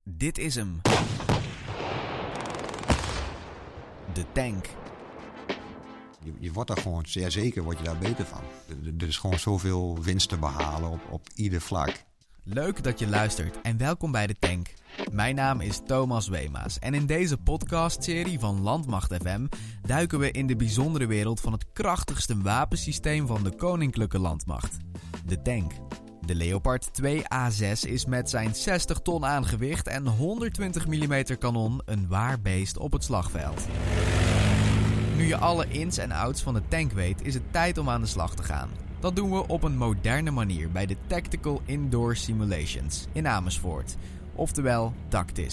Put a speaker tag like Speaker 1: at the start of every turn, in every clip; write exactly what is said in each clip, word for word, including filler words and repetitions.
Speaker 1: Dit is hem. De tank.
Speaker 2: Je, je wordt daar gewoon, zeer zeker word je daar beter van. Er, er is gewoon zoveel winst te behalen op, op ieder vlak.
Speaker 1: Leuk dat je luistert en welkom bij de tank. Mijn naam is Thomas Wemaas en in deze podcastserie van Landmacht F M duiken we in de bijzondere wereld van het krachtigste wapensysteem van de Koninklijke Landmacht. De tank. De Leopard twee A zes is met zijn zestig ton aan gewicht en honderdtwintig millimeter kanon een waar beest op het slagveld. Nu je alle ins en outs van de tank weet, is het tijd om aan de slag te gaan. Dat doen we op een moderne manier bij de Tactical Indoor Simulations in Amersfoort, oftewel Tactis.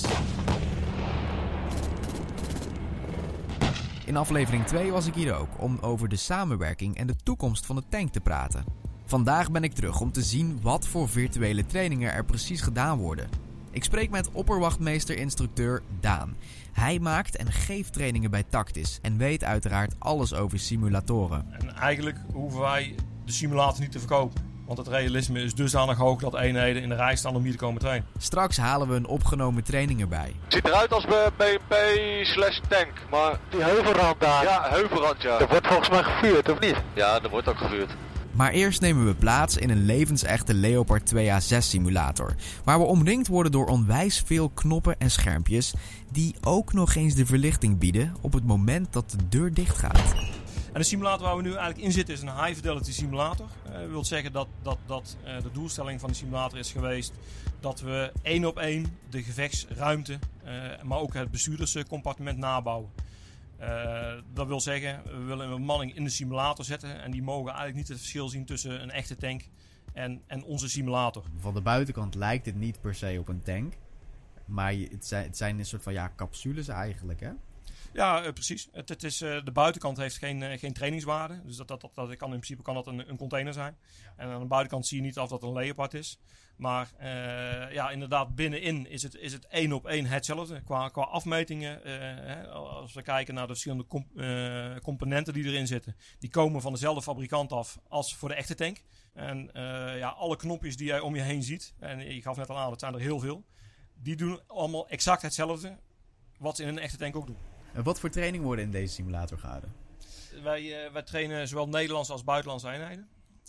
Speaker 1: In aflevering twee was ik hier ook om over de samenwerking en de toekomst van de tank te praten. Vandaag ben ik terug om te zien wat voor virtuele trainingen er precies gedaan worden. Ik spreek met opperwachtmeester-instructeur Daan. Hij maakt en geeft trainingen bij Tactis en weet uiteraard alles over simulatoren.
Speaker 3: En eigenlijk hoeven wij de simulator niet te verkopen. Want het realisme is dusdanig hoog dat eenheden in de rij staan om hier te komen trainen.
Speaker 1: Straks halen we een opgenomen training erbij.
Speaker 4: Het ziet eruit als B M P slash tank, maar...
Speaker 5: Die heuvelrand daar.
Speaker 4: Ja, heuvelrand, ja.
Speaker 5: Er wordt volgens mij gevuurd, of niet?
Speaker 4: Ja, er wordt ook gevuurd.
Speaker 1: Maar eerst nemen we plaats in een levensechte Leopard twee A zes simulator, waar we omringd worden door onwijs veel knoppen en schermpjes die ook nog eens de verlichting bieden op het moment dat de deur dicht gaat.
Speaker 3: En de simulator waar we nu eigenlijk in zitten is een high fidelity simulator. Uh, dat wil zeggen dat, dat, dat uh, de doelstelling van de simulator is geweest dat we één op één de gevechtsruimte, uh, maar ook het bestuurderscompartiment nabouwen. Uh, dat wil zeggen, we willen een bemanning in de simulator zetten en die mogen eigenlijk niet het verschil zien tussen een echte tank en, en onze simulator.
Speaker 1: Van de buitenkant lijkt het niet per se op een tank, maar het zijn, het zijn een soort van ja, capsules eigenlijk, hè?
Speaker 3: Ja, uh, precies. Het, het is, uh, de buitenkant heeft geen, uh, geen trainingswaarde. Dus dat, dat, dat, dat kan in principe kan dat een, een container zijn. Ja. En aan de buitenkant zie je niet of dat een Leopard is. Maar uh, ja, inderdaad, binnenin is het, is het één op één hetzelfde. Qua, qua afmetingen, uh, hè, als we kijken naar de verschillende comp, uh, componenten die erin zitten. Die komen van dezelfde fabrikant af als voor de echte tank. En uh, ja, alle knopjes die jij om je heen ziet, en je gaf net al aan, dat zijn er heel veel. Die doen allemaal exact hetzelfde wat ze in een echte tank ook doen.
Speaker 1: Wat voor training worden in deze simulator gehouden?
Speaker 3: Wij, uh, wij trainen zowel Nederlandse als buitenlandse eenheden.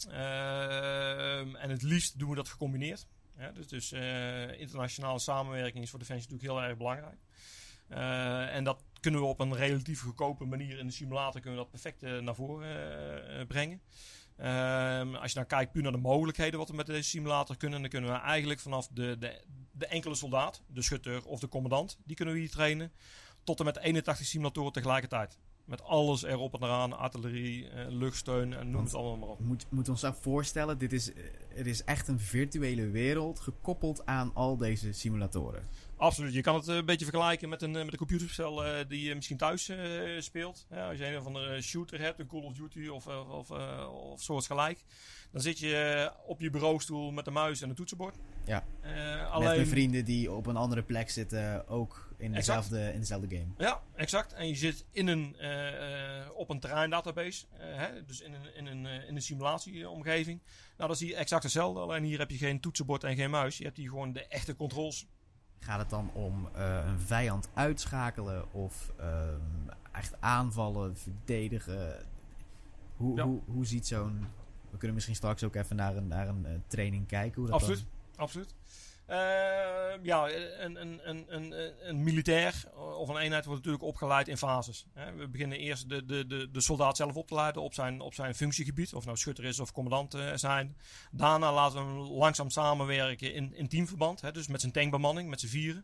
Speaker 3: Uh, en het liefst doen we dat gecombineerd. Ja, dus dus uh, internationale samenwerking is voor Defensie natuurlijk heel erg belangrijk. Uh, en dat kunnen we op een relatief goedkope manier in de simulator kunnen we dat perfect uh, naar voren uh, brengen. Uh, als je nou kijkt puur naar de mogelijkheden wat we met deze simulator kunnen, dan kunnen we eigenlijk vanaf de, de, de enkele soldaat, de schutter of de commandant, die kunnen we hier trainen. Tot en met eenentachtig simulatoren tegelijkertijd. Met alles erop en eraan, artillerie, eh, luchtsteun en noem
Speaker 1: Want
Speaker 3: het allemaal maar op.
Speaker 1: Moet, moet ons dat voorstellen, dit is, het is echt een virtuele wereld gekoppeld aan al deze simulatoren.
Speaker 3: Absoluut, je kan het een beetje vergelijken met een, met een computerspel uh, die je misschien thuis uh, speelt. Ja, als je een of andere shooter hebt, een Call of Duty of, of, of, uh, of soortgelijk. Dan zit je uh, op je bureaustoel met de muis en een toetsenbord.
Speaker 1: Ja,
Speaker 3: uh, alleen...
Speaker 1: met mijn vrienden die op een andere plek zitten, ook in dezelfde, in dezelfde game.
Speaker 3: Ja, exact. En je zit in een, uh, op een terreindatabase, uh, hè? Dus in een, in een, uh, in een simulatieomgeving. Nou, dan zie je exact hetzelfde. Alleen hier heb je geen toetsenbord en geen muis. Je hebt hier gewoon de echte controls.
Speaker 1: Gaat het dan om uh, een vijand uitschakelen of uh, echt aanvallen, verdedigen? Hoe, ja. hoe, hoe ziet zo'n... We kunnen misschien straks ook even naar een, naar een uh, training kijken. Hoe dat
Speaker 3: absoluut,
Speaker 1: dan...
Speaker 3: absoluut. Uh, ja, een, een, een, een, een militair of een eenheid wordt natuurlijk opgeleid in fases. We beginnen eerst de, de, de, de soldaat zelf op te leiden op zijn, op zijn functiegebied. Of nou schutter is of commandant uh, zijn. Daarna laten we hem langzaam samenwerken in, in teamverband. Hè, dus met zijn tankbemanning, met z'n vieren.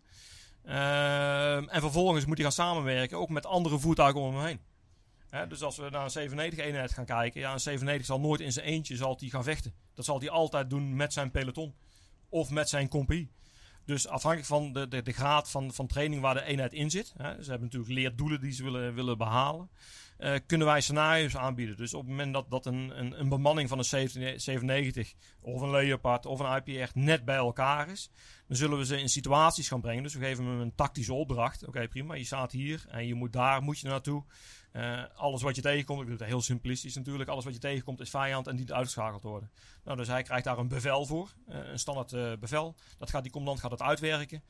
Speaker 3: Uh, en vervolgens moet hij gaan samenwerken ook met andere voertuigen om hem heen. Hè, dus als we naar een zevenennegentig eenheid gaan kijken. Ja, een zevenennegentig zal nooit in zijn eentje zal die gaan vechten. Dat zal hij altijd doen met zijn peloton. Of met zijn compagnie. Dus afhankelijk van de, de, de graad van, van training waar de eenheid in zit. Hè, ze hebben natuurlijk leerdoelen die ze willen, willen behalen. Uh, kunnen wij scenario's aanbieden. Dus op het moment dat, dat een, een, een bemanning van een zevenennegentig of een Leopard of een I P R net bij elkaar is. Dan zullen we ze in situaties gaan brengen. Dus we geven hem een tactische opdracht. Oké, okay, prima. Je staat hier en je moet daar, moet je naartoe. Uh, alles wat je tegenkomt, ik doe het heel simplistisch natuurlijk. Alles wat je tegenkomt is vijand en dient uitgeschakeld worden. Nou, dus hij krijgt daar een bevel voor. Uh, een standaard uh, bevel. Dat gaat die commandant gaat het uitwerken.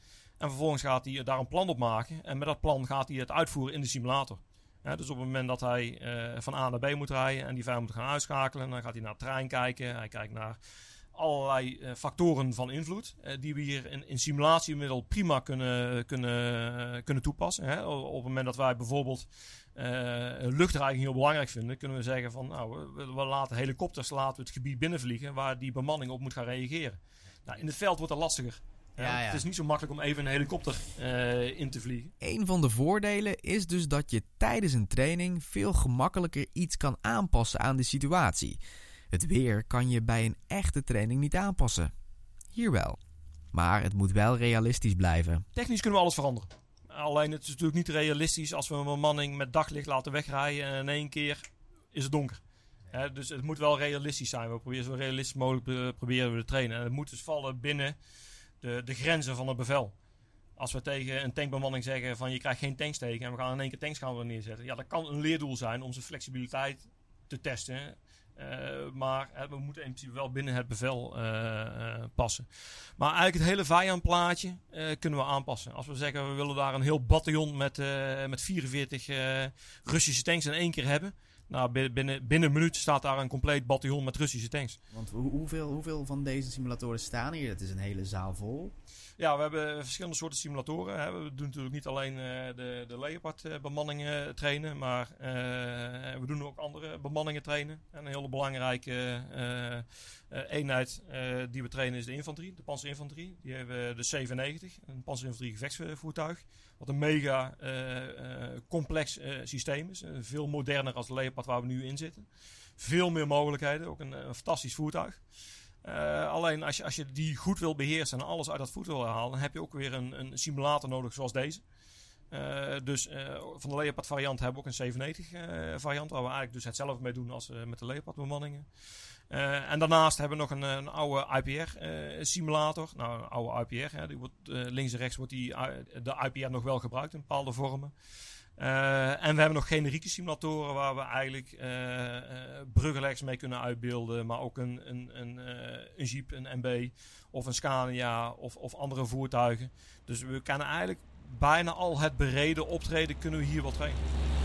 Speaker 3: En vervolgens gaat hij daar een plan op maken. En met dat plan gaat hij het uitvoeren in de simulator. Ja, dus op het moment dat hij uh, van A naar B moet rijden en die vijand moet gaan uitschakelen, dan gaat hij naar het terrein kijken. Hij kijkt naar allerlei uh, factoren van invloed uh, die we hier in, in simulatiemiddel prima kunnen, kunnen, uh, kunnen toepassen. Hè. Op het moment dat wij bijvoorbeeld uh, luchtdreiging heel belangrijk vinden, kunnen we zeggen van nou, we, we laten helikopters laten we het gebied binnenvliegen waar die bemanning op moet gaan reageren. Nou, in het veld wordt dat lastiger. Ja, ja. Het is niet zo makkelijk om even een helikopter uh, in te vliegen.
Speaker 1: Een van de voordelen is dus dat je tijdens een training veel gemakkelijker iets kan aanpassen aan de situatie. Het weer kan je bij een echte training niet aanpassen. Hier wel. Maar het moet wel realistisch blijven.
Speaker 3: Technisch kunnen we alles veranderen. Alleen het is natuurlijk niet realistisch als we een bemanning met daglicht laten wegrijden en in één keer is het donker. He, dus het moet wel realistisch zijn. We proberen zo realistisch mogelijk be- proberen we te trainen. En het moet dus vallen binnen de, de grenzen van het bevel. Als we tegen een tankbemanning zeggen van je krijgt geen tanks tegen en we gaan in één keer tanks gaan we neerzetten. Ja, dat kan een leerdoel zijn om zijn flexibiliteit te testen. Uh, maar uh, we moeten in principe wel binnen het bevel uh, uh, passen. Maar eigenlijk het hele vijandplaatje uh, kunnen we aanpassen. Als we zeggen we willen daar een heel bataljon met, uh, met vierenveertig uh, Russische tanks in één keer hebben. Nou, binnen, binnen, binnen een minuut staat daar een compleet bataljon met Russische tanks.
Speaker 6: Want hoe, hoeveel, hoeveel van deze simulatoren staan hier? Het is een hele zaal vol.
Speaker 3: Ja, we hebben verschillende soorten simulatoren. Hè. We doen natuurlijk niet alleen uh, de, de Leopard uh, bemanningen trainen, maar uh, we doen ook andere bemanningen trainen. En een hele belangrijke uh, uh, eenheid uh, die we trainen is de infanterie, de panzerinfanterie. Die hebben de zevenennegentig, een panzerinfanterie gevechtsvoertuig. Wat een mega uh, uh, complex uh, systeem is. Uh, veel moderner als de Leopard waar we nu in zitten. Veel meer mogelijkheden, ook een, een fantastisch voertuig. Uh, alleen als je, als je die goed wil beheersen en alles uit dat voertuig wil halen, dan heb je ook weer een, een simulator nodig zoals deze. Uh, dus uh, van de Leopard variant hebben we ook een zevenennegentig uh, variant, waar we eigenlijk dus hetzelfde mee doen als uh, met de Leopard bemanningen. Uh, en daarnaast hebben we nog een, een oude I P R uh, simulator. Nou, een oude I P R, hè, die wordt, uh, links en rechts wordt die, uh, de I P R nog wel gebruikt in bepaalde vormen. Uh, en we hebben nog generieke simulatoren waar we eigenlijk uh, uh, bruggenleggers mee kunnen uitbeelden. Maar ook een, een, een, uh, een Jeep, een M B of een Scania of, of andere voertuigen. Dus we kunnen eigenlijk bijna al het bereden optreden kunnen we hier wel trainen.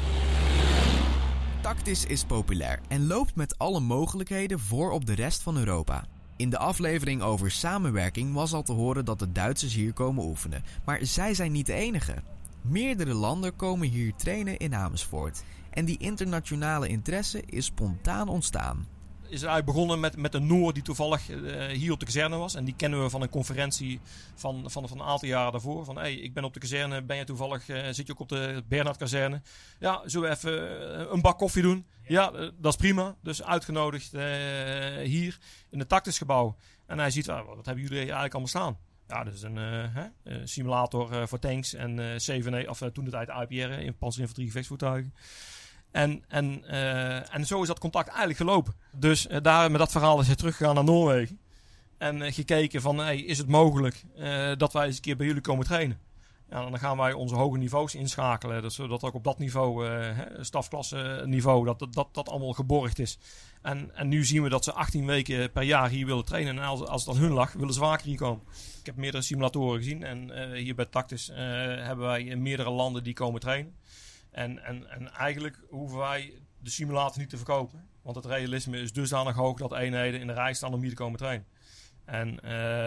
Speaker 1: Tactis is populair en loopt met alle mogelijkheden voor op de rest van Europa. In de aflevering over samenwerking was al te horen dat de Duitsers hier komen oefenen. Maar zij zijn niet de enige. Meerdere landen komen hier trainen in Amersfoort. En die internationale interesse is spontaan ontstaan.
Speaker 3: Is eigenlijk begonnen met, met een Noor die toevallig uh, hier op de kazerne was. En die kennen we van een conferentie van, van, van een aantal jaren daarvoor. Van, hey, ik ben op de kazerne, ben je toevallig, uh, zit je ook op de Bernhard kazerne? Ja, zullen we even uh, een bak koffie doen? Ja, uh, dat is prima. Dus uitgenodigd uh, hier in het Tactis gebouw. En hij ziet, uh, wat hebben jullie eigenlijk allemaal staan? Ja, dat is een uh, uh, simulator uh, voor tanks en uh, zeven, of uh, toen de tijd I P R in panzerinfanterie gevechtsvoertuigen. En, en, uh, en zo is dat contact eigenlijk gelopen. Dus uh, daar met dat verhaal is hij teruggegaan naar Noorwegen. En uh, gekeken van, hey, is het mogelijk uh, dat wij eens een keer bij jullie komen trainen? Ja, dan gaan wij onze hoge niveaus inschakelen. Dus, zodat ook op dat niveau, uh, stafklasse niveau, dat, dat, dat dat allemaal geborgd is. En, en nu zien we dat ze achttien weken per jaar hier willen trainen. En als, als het aan hun lag, willen ze vaker hier komen. Ik heb meerdere simulatoren gezien. En uh, hier bij Tactis uh, hebben wij in meerdere landen die komen trainen. En, en, en eigenlijk hoeven wij de simulator niet te verkopen. Want het realisme is dusdanig hoog dat eenheden in de rij staan om hier te komen trainen. En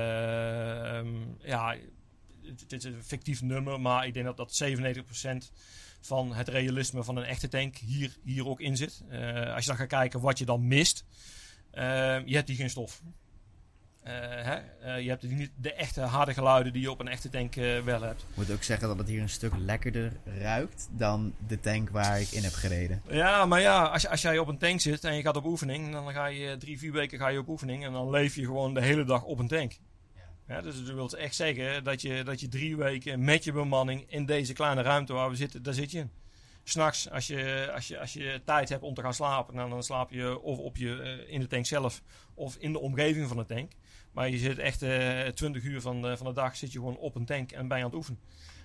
Speaker 3: uh, um, ja, het, het is een fictief nummer, maar ik denk dat, dat zevenennegentig procent van het realisme van een echte tank hier, hier ook in zit. Uh, als je dan gaat kijken wat je dan mist, uh, je hebt hier geen stof. Uh, hè? Uh, je hebt niet de echte harde geluiden die je op een echte tank uh, wel hebt.
Speaker 6: Ik moet ook zeggen dat het hier een stuk lekkerder ruikt dan de tank waar ik in heb gereden.
Speaker 3: Ja, maar ja, als, als jij op een tank zit en je gaat op oefening, dan ga je drie, vier weken ga je op oefening en dan leef je gewoon de hele dag op een tank. Ja. Ja, dus dat wil echt zeggen dat je, dat je drie weken met je bemanning in deze kleine ruimte waar we zitten, daar zit je in. 'S'nachts, als je, als, je, als je tijd hebt om te gaan slapen, dan, dan slaap je of op je, uh, in de tank zelf of in de omgeving van de tank. Maar je zit echt uh, twintig uur van de, van de dag zit je gewoon op een tank en ben je aan het oefenen.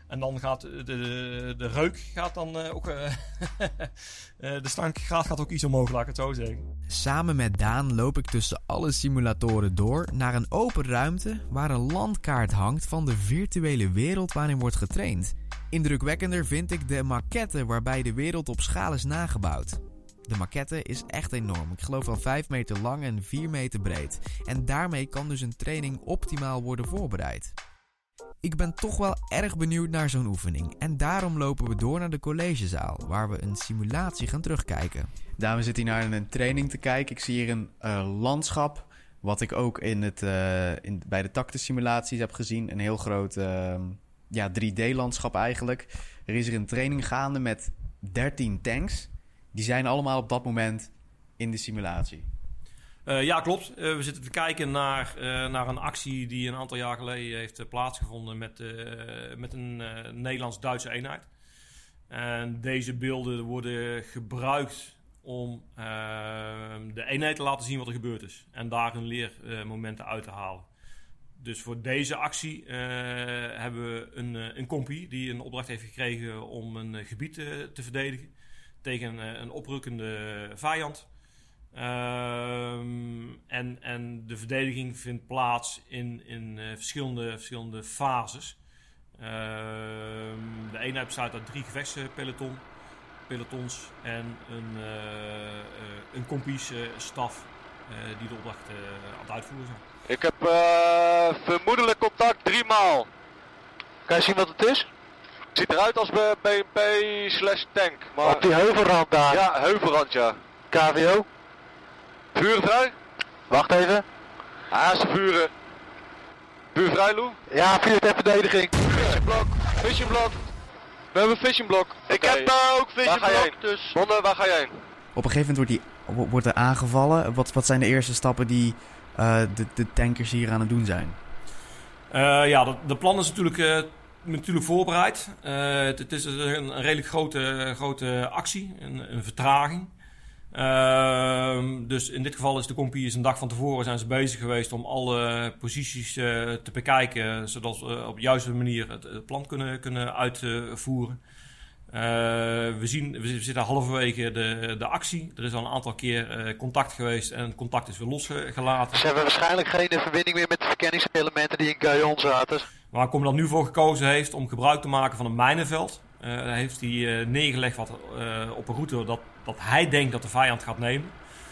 Speaker 3: En dan gaat de, de, de reuk gaat dan uh, ook... Uh, de stankgraad gaat ook iets omhoog, laat ik het zo zeggen.
Speaker 1: Samen met Daan loop ik tussen alle simulatoren door naar een open ruimte waar een landkaart hangt van de virtuele wereld waarin wordt getraind. Indrukwekkender vind ik de maquette waarbij de wereld op schaal is nagebouwd. De maquette is echt enorm. Ik geloof wel vijf meter lang en vier meter breed. En daarmee kan dus een training optimaal worden voorbereid. Ik ben toch wel erg benieuwd naar zo'n oefening. En daarom lopen we door naar de collegezaal, waar we een simulatie gaan terugkijken.
Speaker 6: Daan, we zitten hier naar een training te kijken. Ik zie hier een uh, landschap, wat ik ook in het, uh, in, bij de tactensimulaties heb gezien. Een heel groot uh, ja, drie D-landschap eigenlijk. Er is er een training gaande met dertien tanks. Die zijn allemaal op dat moment in de simulatie.
Speaker 3: Uh, ja, klopt. Uh, we zitten te kijken naar, uh, naar een actie die een aantal jaar geleden heeft uh, plaatsgevonden met, uh, met een uh, Nederlands-Duitse eenheid. En deze beelden worden gebruikt om uh, de eenheid te laten zien wat er gebeurd is. En daar hun leermomenten uit te halen. Dus voor deze actie uh, hebben we een, uh, een compie die een opdracht heeft gekregen om een uh, gebied uh, te verdedigen tegen uh, een oprukkende vijand. Um, en, en de verdediging vindt plaats in, in uh, verschillende, verschillende fases. Um, de eenheid bestaat uit drie gevechtspeloton, pelotons en een, uh, uh, een compies uh, staf uh, die de opdracht uh, aan het uitvoeren zijn.
Speaker 4: Ik heb uh, vermoedelijk contact drie maal. Kan je zien wat het is? Het ziet eruit als B M P slash tank. Maar...
Speaker 5: Op die heuvelrand daar.
Speaker 4: Ja, heuvelrand ja.
Speaker 5: K V O.
Speaker 4: Vuren vrij?
Speaker 5: Wacht even.
Speaker 4: Ah, ze vuren. Vuur vrij, Lou?
Speaker 5: Ja, vuur ter verdediging.
Speaker 4: Fishing blok, fishing blok. We hebben een fishing blok.
Speaker 5: Ik
Speaker 4: Okay.
Speaker 5: heb daar ook fishing
Speaker 4: Waar ga je
Speaker 5: blok,
Speaker 4: heen?
Speaker 5: dus...
Speaker 4: Wonder, waar ga je heen?
Speaker 6: Op een gegeven moment wordt, die, wordt er aangevallen. Wat, wat zijn de eerste stappen die uh, de, de tankers hier aan het doen zijn?
Speaker 3: Uh, ja, de, de plan is natuurlijk, uh, natuurlijk voorbereid. Uh, het, het is een, een redelijk grote, grote actie, een, een vertraging. Uh, dus in dit geval is de compie een dag van tevoren zijn ze bezig geweest om alle posities uh, te bekijken, zodat we op de juiste manier het, het plan kunnen, kunnen uitvoeren. Uh, we, zien, we zitten halverwege de, de actie. Er is al een aantal keer uh, contact geweest en het contact is weer losgelaten.
Speaker 5: Ze hebben waarschijnlijk geen verbinding meer met de verkenningselementen die in Gaillon zaten.
Speaker 3: Waar de commandant nu voor gekozen heeft om gebruik te maken van een mijnenveld. Uh, daar heeft hij uh, neergelegd wat, uh, op een route dat, dat hij denkt dat de vijand gaat nemen.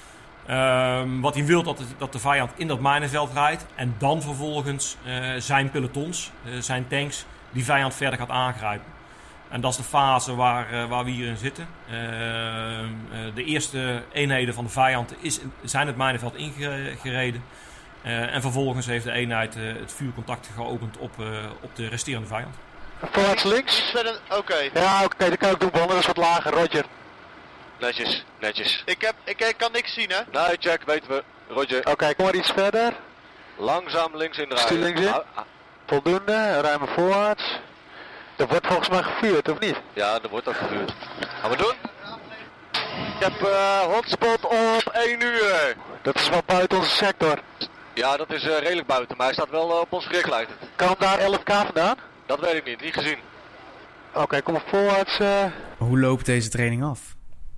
Speaker 3: Uh, wat hij wil dat de, dat de vijand in dat mijnenveld rijdt. En dan vervolgens uh, zijn pelotons, uh, zijn tanks, die vijand verder gaat aangrijpen. En dat is de fase waar, uh, waar we hier in zitten. Uh, uh, de eerste eenheden van de vijand is, zijn het mijnenveld ingereden. Uh, en vervolgens heeft de eenheid uh, het vuurcontact geopend op, uh, op de resterende vijand.
Speaker 5: Voorwaarts links. Oké. Okay. Ja, oké, okay, dat kan ik doen, Bonner. Dat is wat lager, Roger.
Speaker 4: Netjes, netjes.
Speaker 5: Ik, heb, ik, ik kan niks zien, hè?
Speaker 4: Nee, check, weten we. Roger.
Speaker 5: Oké, okay, kom maar iets verder.
Speaker 4: Langzaam links in draaien.
Speaker 5: Stuur links in. Ah, ah. Voldoende, ruimen voorwaarts. Er wordt volgens mij gevuurd, of niet?
Speaker 4: Ja, er wordt ook gevuurd. Gaan we doen? Ik heb uh, hotspot op één uur.
Speaker 5: Dat is wel buiten onze sector.
Speaker 4: Ja, dat is uh, redelijk buiten, maar hij staat wel uh, op ons gericht.
Speaker 5: Kan daar elf K vandaan?
Speaker 4: Dat weet ik niet, niet gezien.
Speaker 5: Oké, okay, kom maar voorwaarts. Uh...
Speaker 6: Hoe loopt deze training af?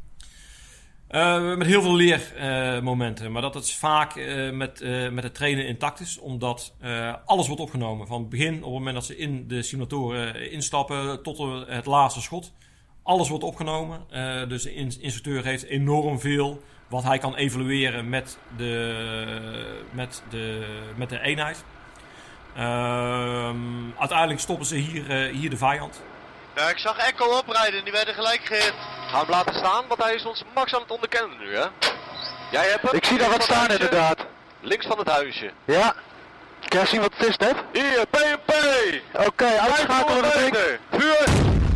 Speaker 3: Uh, met heel veel leermomenten, uh, maar dat het vaak uh, met, uh, met het trainen intact is, omdat uh, alles wordt opgenomen. Van het begin, op het moment dat ze in de simulatoren uh, instappen, tot het laatste schot. Alles wordt opgenomen, uh, dus de instructeur heeft enorm veel wat hij kan evalueren met de, met de, met de eenheid. Uh, uiteindelijk stoppen ze hier, uh, hier de vijand.
Speaker 5: Ja, ik zag Echo oprijden en die werden gelijk gehit.
Speaker 4: Gaan we hem laten staan, want hij is ons max aan het onderkennen nu, hè? Jij hebt hem?
Speaker 5: Ik zie daar wat staan inderdaad.
Speaker 4: Links van het huisje.
Speaker 5: Ja. Kan je zien wat het is, net?
Speaker 4: Hier, P M P!
Speaker 5: Oké, okay, uitschakelen we
Speaker 4: het. Vuur!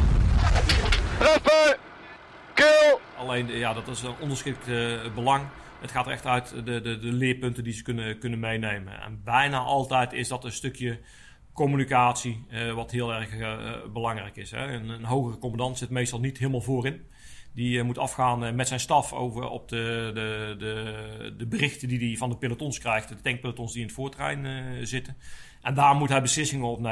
Speaker 4: Treffen! Kill!
Speaker 3: Alleen, ja, dat is een onderschikt uh, belang. Het gaat er echt uit de, de, de leerpunten die ze kunnen, kunnen meenemen. En bijna altijd is dat een stukje communicatie, uh, wat heel erg uh, belangrijk is. Hè. Een, een hogere commandant zit meestal niet helemaal voorin. Die uh, moet afgaan uh, met zijn staf over op de, de, de, de berichten die hij van de pelotons krijgt. De tankpelotons die in het voortrein uh, zitten. En daar moet hij beslissingen opnemen.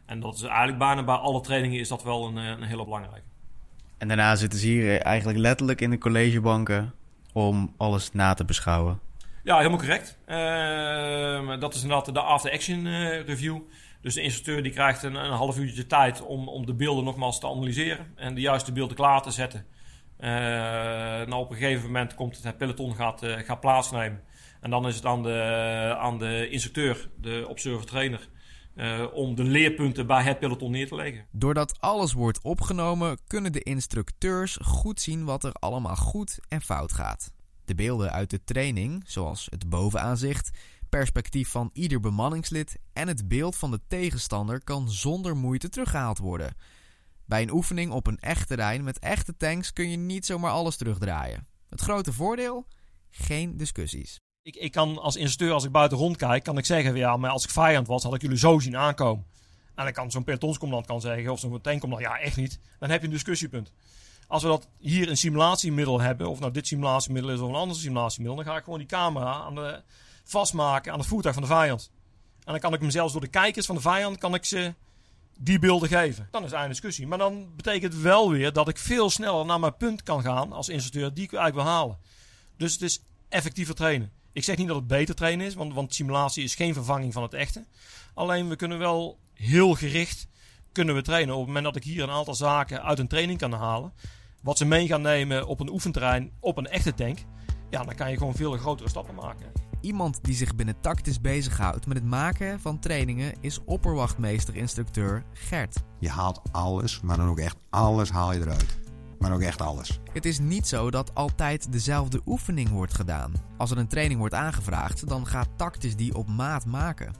Speaker 3: En dat is eigenlijk bijna bij alle trainingen is dat wel een, een hele belangrijke.
Speaker 6: En daarna zitten ze hier eigenlijk letterlijk in de collegebanken om alles na te beschouwen.
Speaker 3: Ja, helemaal correct. Uh, dat is inderdaad de after-action uh, review. Dus de instructeur die krijgt een, een half uurtje tijd om, om de beelden nogmaals te analyseren. En de juiste beelden klaar te zetten. Uh, nou, op een gegeven moment komt het, het peloton gaat, uh, gaat plaatsnemen. En dan is het aan de, aan de instructeur, de observer trainer, uh, om de leerpunten bij het peloton neer te leggen.
Speaker 1: Doordat alles wordt opgenomen, kunnen de instructeurs goed zien wat er allemaal goed en fout gaat. De beelden uit de training, zoals het bovenaanzicht, perspectief van ieder bemanningslid en het beeld van de tegenstander kan zonder moeite teruggehaald worden. Bij een oefening op een echt terrein met echte tanks kun je niet zomaar alles terugdraaien. Het grote voordeel? Geen discussies.
Speaker 3: Ik, ik kan als instructeur, als ik buiten rondkijk, kan ik zeggen, ja, maar als ik vijand was, had ik jullie zo zien aankomen. En dan kan zo'n pelotonscommandant kan zeggen, of zo'n tankcommandant, ja, echt niet. Dan heb je een discussiepunt. Als we dat hier een simulatiemiddel hebben, of nou dit simulatiemiddel is of een ander simulatiemiddel, dan ga ik gewoon die camera aan de, vastmaken aan het voertuig van de vijand. En dan kan ik hem zelfs door de kijkers van de vijand, kan ik ze die beelden geven. Dan is er een discussie. Maar dan betekent het wel weer dat ik veel sneller naar mijn punt kan gaan als instructeur die ik eigenlijk wil halen. Dus het is effectiever trainen. Ik zeg niet dat het beter trainen is, want, want simulatie is geen vervanging van het echte. Alleen we kunnen wel heel gericht kunnen we trainen. Op het moment dat ik hier een aantal zaken uit een training kan halen, wat ze mee gaan nemen op een oefenterrein, op een echte tank, ja, dan kan je gewoon veel grotere stappen maken.
Speaker 1: Iemand die zich binnen Tactis bezighoudt met het maken van trainingen is opperwachtmeester-instructeur Gert.
Speaker 2: Je haalt alles, maar dan ook echt alles haal je eruit. Maar ook echt alles.
Speaker 1: Het is niet zo dat altijd dezelfde oefening wordt gedaan. Als er een training wordt aangevraagd, dan gaat Tactis die op maat maken.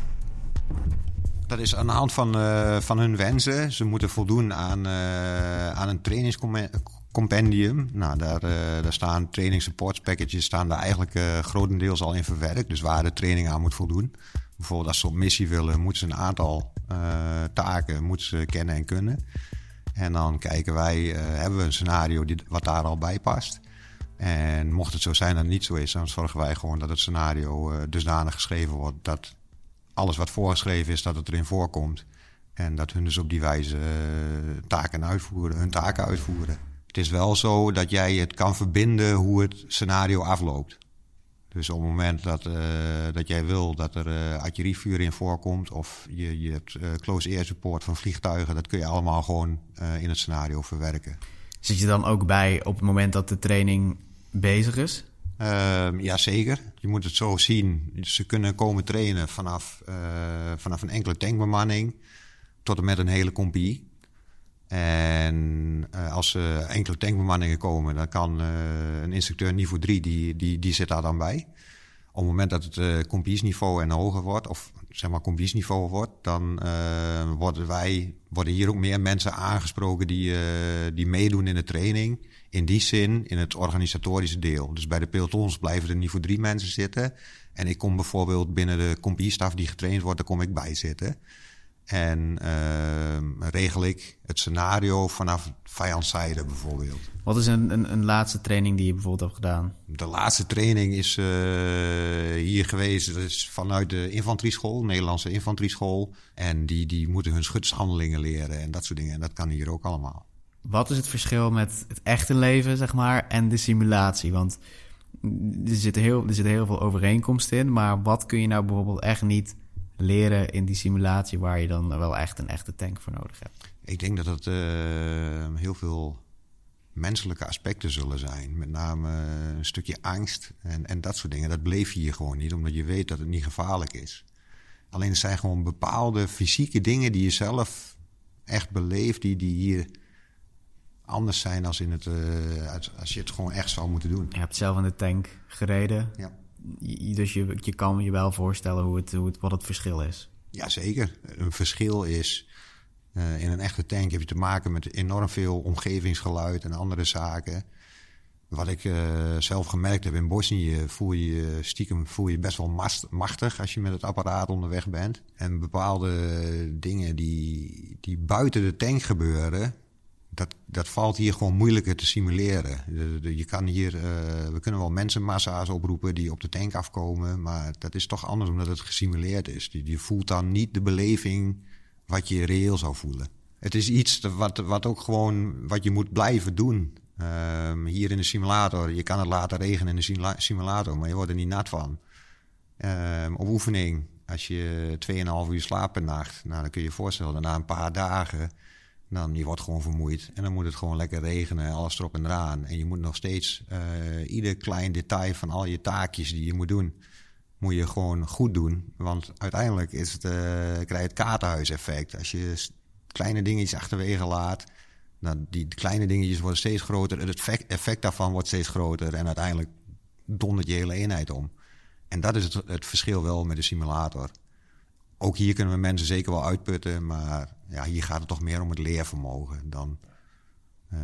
Speaker 2: Dat is aan de hand van, uh, van hun wensen. Ze moeten voldoen aan, uh, aan een trainingscompendium. Nou, daar, uh, daar staan training support packages staan daar eigenlijk uh, grotendeels al in verwerkt. Dus waar de training aan moet voldoen. Bijvoorbeeld als ze op missie willen, moeten ze een aantal uh, taken moeten ze kennen en kunnen. En dan kijken wij, uh, hebben we een scenario die, wat daar al bij past. En mocht het zo zijn dat het niet zo is, dan zorgen wij gewoon dat het scenario uh, dusdanig geschreven wordt dat alles wat voorgeschreven is, dat het erin voorkomt. En dat hun dus op die wijze uh, taken uitvoeren, hun taken uitvoeren. Het is wel zo dat jij het kan verbinden hoe het scenario afloopt. Dus op het moment dat, uh, dat jij wil dat er uh, artillerievuur in voorkomt, of je, je hebt uh, close air support van vliegtuigen, dat kun je allemaal gewoon uh, in het scenario verwerken.
Speaker 6: Zit je dan ook bij op het moment dat de training bezig is?
Speaker 2: Uh, ja, zeker. Je moet het zo zien. Ze kunnen komen trainen vanaf, uh, vanaf een enkele tankbemanning tot en met een hele compagnie. En uh, als er enkele tankbemanningen komen, dan kan uh, een instructeur niveau drie, die, die, die zit daar dan bij. Op het moment dat het uh, compagniesniveau en hoger wordt, of zeg maar compagniesniveau wordt, dan uh, worden wij, worden hier ook meer mensen aangesproken die, uh, die meedoen in de training. In die zin, in het organisatorische deel. Dus bij de pelotons blijven er niveau drie mensen zitten. En ik kom bijvoorbeeld binnen de compagniestaf die getraind wordt, daar kom ik bij zitten. En uh, regel ik het scenario vanaf vijandzijde bijvoorbeeld.
Speaker 6: Wat is een, een, een laatste training die je bijvoorbeeld hebt gedaan?
Speaker 2: De laatste training is uh, hier geweest. Dat is vanuit de infanterieschool, Nederlandse infanterieschool. En die, die moeten hun schutshandelingen leren en dat soort dingen. En dat kan hier ook allemaal.
Speaker 6: Wat is het verschil met het echte leven, zeg maar, en de simulatie? Want er zitten heel, er zitten heel veel overeenkomsten in. Maar wat kun je nou bijvoorbeeld echt niet leren in die simulatie waar je dan wel echt een echte tank voor nodig hebt?
Speaker 2: Ik denk dat het uh, heel veel menselijke aspecten zullen zijn. Met name een stukje angst en, en dat soort dingen. Dat bleef hier gewoon niet, omdat je weet dat het niet gevaarlijk is. Alleen er zijn gewoon bepaalde fysieke dingen die je zelf echt beleeft, die, die hier anders zijn als, in het, uh, als je het gewoon echt zou moeten doen.
Speaker 6: Je hebt zelf in de tank gereden.
Speaker 2: Ja.
Speaker 6: Dus je, je kan je wel voorstellen hoe het, hoe het, wat het verschil is.
Speaker 2: Jazeker. Een verschil is, uh, in een echte tank heb je te maken met enorm veel omgevingsgeluid en andere zaken. Wat ik uh, zelf gemerkt heb in Bosnië, voel je stiekem voel je best wel mast, machtig als je met het apparaat onderweg bent. En bepaalde dingen die, die buiten de tank gebeuren, Dat, dat valt hier gewoon moeilijker te simuleren. De, de, je kan hier, uh, we kunnen wel mensenmassa's oproepen die op de tank afkomen, maar dat is toch anders omdat het gesimuleerd is. Je, je voelt dan niet de beleving wat je reëel zou voelen. Het is iets wat, wat ook gewoon wat je moet blijven doen. Um, hier in de simulator, je kan het laten regenen in de simula- simulator, maar je wordt er niet nat van. Um, op oefening, als je twee en een half uur slaapt per nacht, nou, dan kun je je voorstellen, na een paar dagen, dan je wordt gewoon vermoeid. En dan moet het gewoon lekker regenen, alles erop en eraan. En je moet nog steeds uh, ieder klein detail van al je taakjes die je moet doen, moet je gewoon goed doen. Want uiteindelijk is het, uh, krijg je het kaartenhuiseffect. Als je kleine dingetjes achterwege laat, dan die kleine dingetjes worden steeds groter. Het effect, effect daarvan wordt steeds groter. En uiteindelijk dondert je hele eenheid om. En dat is het, het verschil wel met de simulator. Ook hier kunnen we mensen zeker wel uitputten. Maar ja, hier gaat het toch meer om het leervermogen dan uh,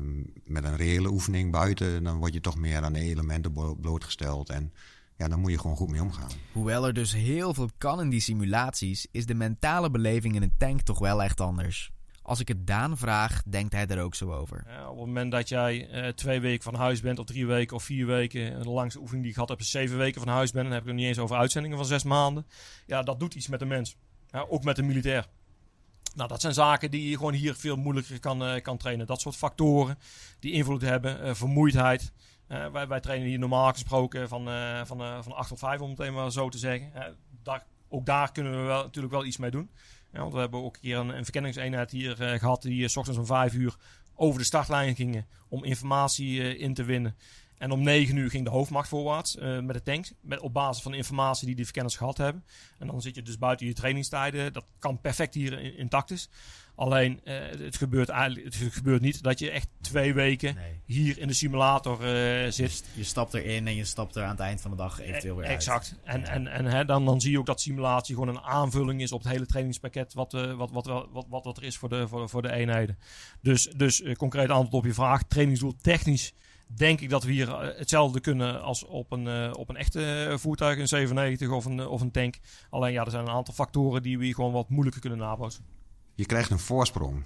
Speaker 2: met een reële oefening buiten. Dan word je toch meer aan de elementen blootgesteld. En ja, daar moet je gewoon goed mee omgaan.
Speaker 1: Hoewel er dus heel veel kan in die simulaties, is de mentale beleving in een tank toch wel echt anders. Als ik het Daan vraag, denkt hij er ook zo over.
Speaker 3: Ja, op het moment dat jij uh, twee weken van huis bent, of drie weken of vier weken, de langste oefening die ik gehad heb is zeven weken van huis ben, dan heb ik het nog niet eens over uitzendingen van zes maanden. Ja, dat doet iets met de mens. Ja, ook met de militair. Nou, dat zijn zaken die je gewoon hier veel moeilijker kan, uh, kan trainen. Dat soort factoren die invloed hebben, uh, vermoeidheid. Uh, wij, wij trainen hier normaal gesproken van, uh, van, uh, van acht tot vijf, om het even zo te zeggen. Uh, daar, ook daar kunnen we wel, natuurlijk wel iets mee doen. Ja, want we hebben ook een keer een, een verkenningseenheid hier uh, gehad die uh, 's ochtends om vijf uur over de startlijn gingen om informatie uh, in te winnen. En om negen uur ging de hoofdmacht voorwaarts uh, met de tank, met, op basis van de informatie die de verkenners gehad hebben. En dan zit je dus buiten je trainingstijden. Dat kan perfect hier in, intact is. Alleen, uh, het, gebeurt eigenlijk, het gebeurt niet dat je echt twee weken nee. hier in de simulator uh, zit.
Speaker 6: Je stapt erin en je stapt er aan het eind van de dag eventueel weer
Speaker 3: exact.
Speaker 6: uit.
Speaker 3: Exact. En,
Speaker 6: ja.
Speaker 3: en, en hè, dan, dan zie je ook dat simulatie gewoon een aanvulling is op het hele trainingspakket wat, uh, wat, wat, wat, wat, wat, wat er is voor de, voor, voor de eenheden. Dus, dus uh, concreet antwoord op je vraag. Trainingsdoel technisch denk ik dat we hier uh, hetzelfde kunnen als op een, uh, op een echte uh, voertuig, een zevenennegentig of een, uh, of een tank. Alleen ja, er zijn een aantal factoren die we hier gewoon wat moeilijker kunnen nabootsen.
Speaker 2: Je krijgt een voorsprong.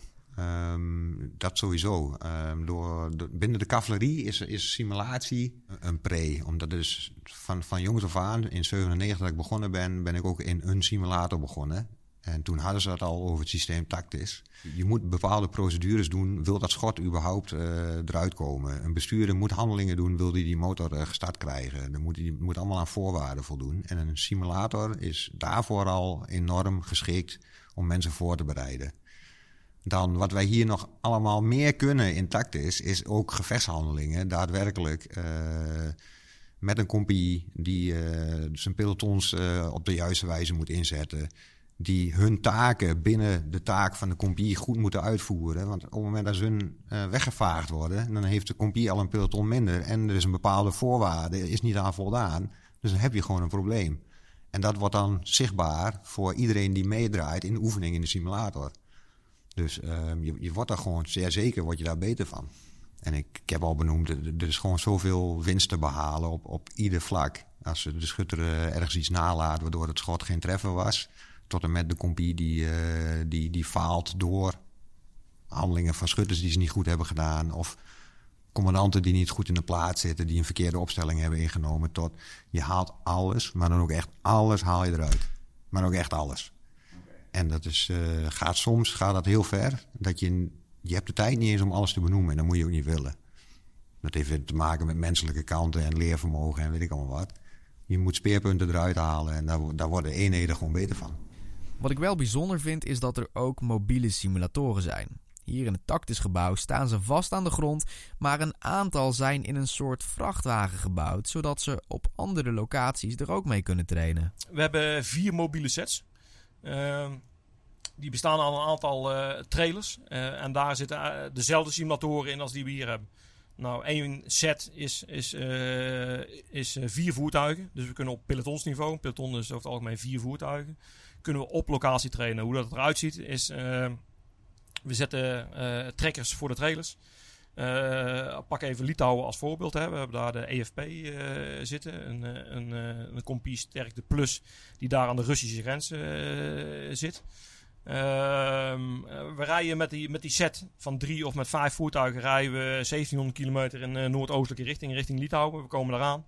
Speaker 2: Um, dat sowieso. Um, door, door, binnen de cavalerie is, is simulatie een pre. Omdat dus van, van jongs af aan, in zevenennegentig dat ik begonnen ben, ben ik ook in een simulator begonnen. En toen hadden ze het al over het systeem tactisch. Je moet bepaalde procedures doen, wil dat schot überhaupt uh, eruit komen. Een bestuurder moet handelingen doen, wil die die motor uh, gestart krijgen. Dan moet die moet allemaal aan voorwaarden voldoen. En een simulator is daarvoor al enorm geschikt om mensen voor te bereiden. Dan wat wij hier nog allemaal meer kunnen in tactisch is ook gevechtshandelingen daadwerkelijk uh, met een compagnie die uh, zijn pelotons uh, op de juiste wijze moet inzetten. Die hun taken binnen de taak van de compagnie goed moeten uitvoeren. Want op het moment dat ze hun uh, weggevaagd worden, dan heeft de compagnie al een peloton minder. En er is een bepaalde voorwaarde, is niet aan voldaan. Dus dan heb je gewoon een probleem. En dat wordt dan zichtbaar voor iedereen die meedraait in de oefening in de simulator. Dus uh, je, je wordt daar gewoon, zeer zeker word je daar beter van. En ik, ik heb al benoemd, er is gewoon zoveel winst te behalen op, op ieder vlak. Als de schutter uh, ergens iets nalaat waardoor het schot geen treffer was, tot en met de compie die, uh, die, die faalt door handelingen van schutters die ze niet goed hebben gedaan. Of commandanten die niet goed in de plaats zitten, die een verkeerde opstelling hebben ingenomen. Tot je haalt alles, maar dan ook echt alles haal je eruit. Maar ook echt alles. Okay. En dat is, uh, gaat soms gaat dat heel ver. Dat je, je hebt de tijd niet eens om alles te benoemen en dat moet je ook niet willen. Dat heeft te maken met menselijke kanten en leervermogen en weet ik allemaal wat. Je moet speerpunten eruit halen en daar, daar worden eenheden gewoon beter van.
Speaker 1: Wat ik wel bijzonder vind is dat er ook mobiele simulatoren zijn. Hier in het tactisch gebouw staan ze vast aan de grond, maar een aantal zijn in een soort vrachtwagen gebouwd, zodat ze op andere locaties er ook mee kunnen trainen.
Speaker 3: We hebben vier mobiele sets. Uh, die bestaan aan een aantal uh, trailers. Uh, en daar zitten uh, dezelfde simulatoren in als die we hier hebben. Nou, één set is, is, uh, is uh, vier voertuigen. Dus we kunnen op pelotonsniveau, peloton is over het algemeen vier voertuigen, kunnen we op locatie trainen. Hoe dat eruit ziet is, uh, we zetten uh, trekkers voor de trailers. Uh, pak even Litouwen als voorbeeld. Hè. We hebben daar de E F P uh, zitten. Een, een, een, een compie Sterk de Plus die daar aan de Russische grens uh, zit. Uh, we rijden met die, met die set van drie of met vijf voertuigen rijden we zeventienhonderd kilometer in uh, noordoostelijke richting, richting Litouwen. We komen eraan.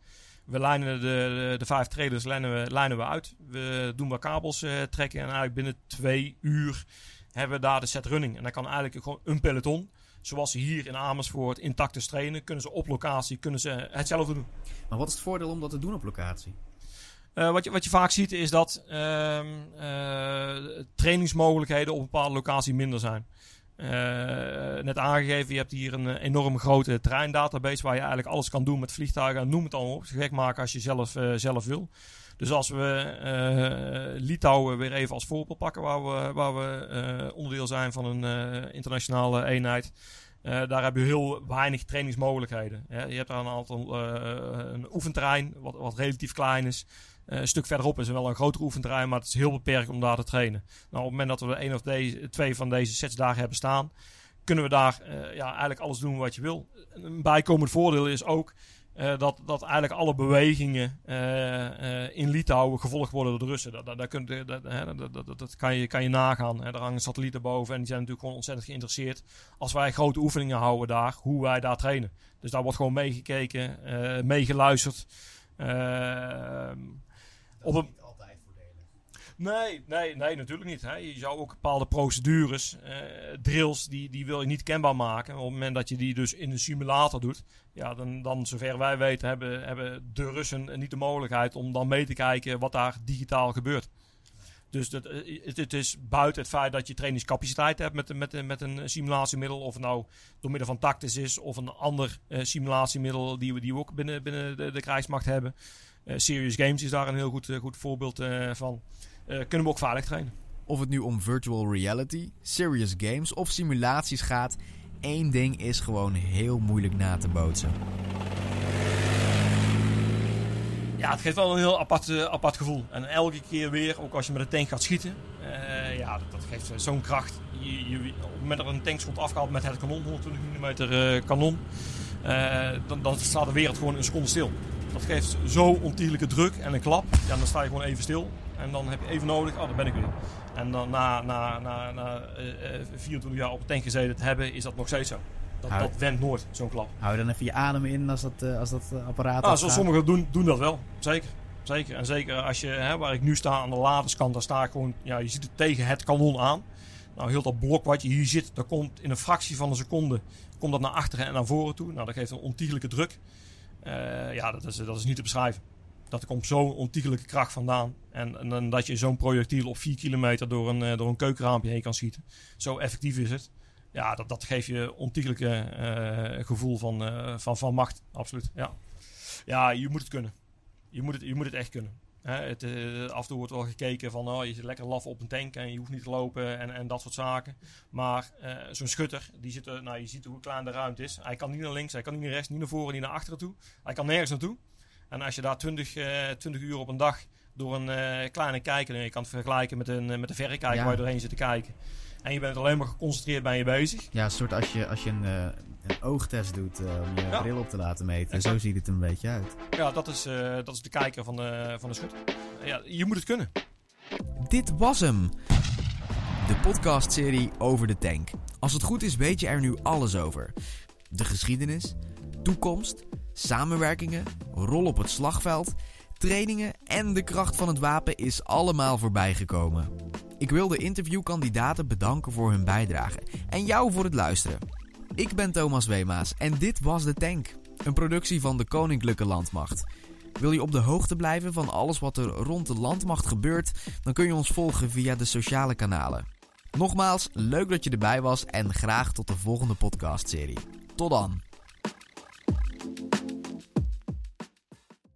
Speaker 3: We lijnen de, de, de vijf trailers lijnen we, lijnen we uit. We doen wat kabels uh, trekken. En eigenlijk binnen twee uur hebben we daar de set running. En dan kan eigenlijk gewoon een peloton, zoals ze hier in Amersfoort in Tactus trainen, kunnen ze op locatie kunnen ze hetzelfde doen.
Speaker 6: Maar wat is het voordeel om dat te doen op locatie?
Speaker 3: Uh, wat, je, wat je vaak ziet is dat uh, uh, trainingsmogelijkheden op een bepaalde locatie minder zijn. Uh, net aangegeven, je hebt hier een enorm grote treindatabase waar je eigenlijk alles kan doen met vliegtuigen. Noem het allemaal op. Gek maken als je zelf, uh, zelf wil. Dus als we uh, Litouwen weer even als voorbeeld pakken, waar we, waar we uh, onderdeel zijn van een uh, internationale eenheid. Uh, daar heb je heel weinig trainingsmogelijkheden. Ja, je hebt daar een aantal uh, een oefentrein, wat, wat relatief klein is. Uh, een stuk verderop is er wel een groter oefentrein, maar het is heel beperkt om daar te trainen. Nou, op het moment dat we een of deze, twee van deze sets dagen hebben staan, kunnen we daar uh, ja, eigenlijk alles doen wat je wil. Een bijkomend voordeel is ook uh, dat, dat eigenlijk alle bewegingen uh, uh, in Litouwen gevolgd worden door de Russen. Dat, dat, dat, kun, dat, dat, dat, dat kan, je, kan je nagaan. Hè. Er hangen satellieten boven en die zijn natuurlijk gewoon ontzettend geïnteresseerd als wij grote oefeningen houden daar, hoe wij daar trainen. Dus daar wordt gewoon meegekeken, uh, meegeluisterd. Uh, op een...
Speaker 6: altijd voordelig.
Speaker 3: Nee, nee, nee, natuurlijk niet. Hè. Je zou ook bepaalde procedures, uh, drills, die, die wil je niet kenbaar maken. Op het moment dat je die dus in een simulator doet, ja, dan, dan zover wij weten, hebben, hebben de Russen niet de mogelijkheid om dan mee te kijken wat daar digitaal gebeurt. Dus dat, het, het is buiten het feit dat je trainingscapaciteit hebt met, met, met een simulatiemiddel. Of het nou door middel van Tactus is of een ander uh, simulatiemiddel die we, die we ook binnen, binnen de, de krijgsmacht hebben. Uh, Serious Games is daar een heel goed, uh, goed voorbeeld uh, van. Uh, kunnen we ook veilig trainen.
Speaker 1: Of het nu om virtual reality, serious games of simulaties gaat, één ding is gewoon heel moeilijk na te bootsen.
Speaker 3: Ja, het geeft wel een heel apart, uh, apart gevoel. En elke keer weer, ook als je met een tank gaat schieten, uh, ja, dat, dat geeft uh, zo'n kracht. Je, je, op het moment dat er een tankschot afgaat met het kanon, honderdtwintig millimeter uh, kanon, uh, dan, dan staat de wereld gewoon een seconde stil. Dat geeft zo ontiegelijke druk en een klap. Ja, dan sta je gewoon even stil. En dan heb je even nodig, oh, daar ben ik weer. En dan na, na, na, na uh, vierentwintig jaar op een tank gezeten te hebben, is dat nog steeds zo. Dat, dat went nooit, zo'n klap.
Speaker 6: Hou je dan even je adem in als dat, uh, als dat uh, apparaat
Speaker 3: ah, zoals sommigen doen, doen dat wel, zeker. Zeker. En zeker als je, hè, waar ik nu sta aan de laderskant, daar sta ik gewoon, ja, je ziet het tegen het kanon aan. Nou, heel dat blok wat je hier ziet, dat komt in een fractie van een seconde, komt dat naar achteren en naar voren toe. Nou, dat geeft een ontiegelijke druk. Uh, ja, dat is, dat is niet te beschrijven. Dat komt zo'n ontiegelijke kracht vandaan. En, en, en dat je zo'n projectiel op vier kilometer door een, uh, door een keukenraampje heen kan schieten. Zo effectief is het. Ja, dat, dat geeft je ontiegelijke uh, gevoel van, uh, van, van macht. Absoluut, ja. Ja, je moet het kunnen. Je moet het, je moet het echt kunnen. Hè, het, uh, af en toe wordt wel gekeken van, oh, je zit lekker laf op een tank en je hoeft niet te lopen en, en dat soort zaken. Maar uh, zo'n schutter, die zit, uh, nou, je ziet hoe klein de ruimte is. Hij kan niet naar links, hij kan niet naar rechts, niet naar voren, niet naar achteren toe. Hij kan nergens naartoe. En als je daar twintig, uh, twintig uur op een dag door een uh, kleine kijker, je kan het vergelijken met een, uh, met een verrekijker ja. waar je doorheen zit te kijken. En je bent alleen maar geconcentreerd bij je bezig.
Speaker 6: Ja, een soort als je, als je een, uh, een oogtest doet uh, om je ja. bril op te laten meten.
Speaker 3: Exact.
Speaker 6: Zo ziet het er een beetje uit.
Speaker 3: Ja, dat is, uh, dat is de kijker van de, van de schutter. Uh, ja, je moet het kunnen.
Speaker 1: Dit was hem. De podcastserie over de tank. Als het goed is weet je er nu alles over. De geschiedenis, toekomst, samenwerkingen, rol op het slagveld, trainingen en de kracht van het wapen is allemaal voorbij gekomen. Ik wil de interviewkandidaten bedanken voor hun bijdrage en jou voor het luisteren. Ik ben Thomas Weemaas en dit was De Tank, een productie van de Koninklijke Landmacht. Wil je op de hoogte blijven van alles wat er rond de landmacht gebeurt, dan kun je ons volgen via de sociale kanalen. Nogmaals, leuk dat je erbij was en graag tot de volgende podcastserie. Tot dan!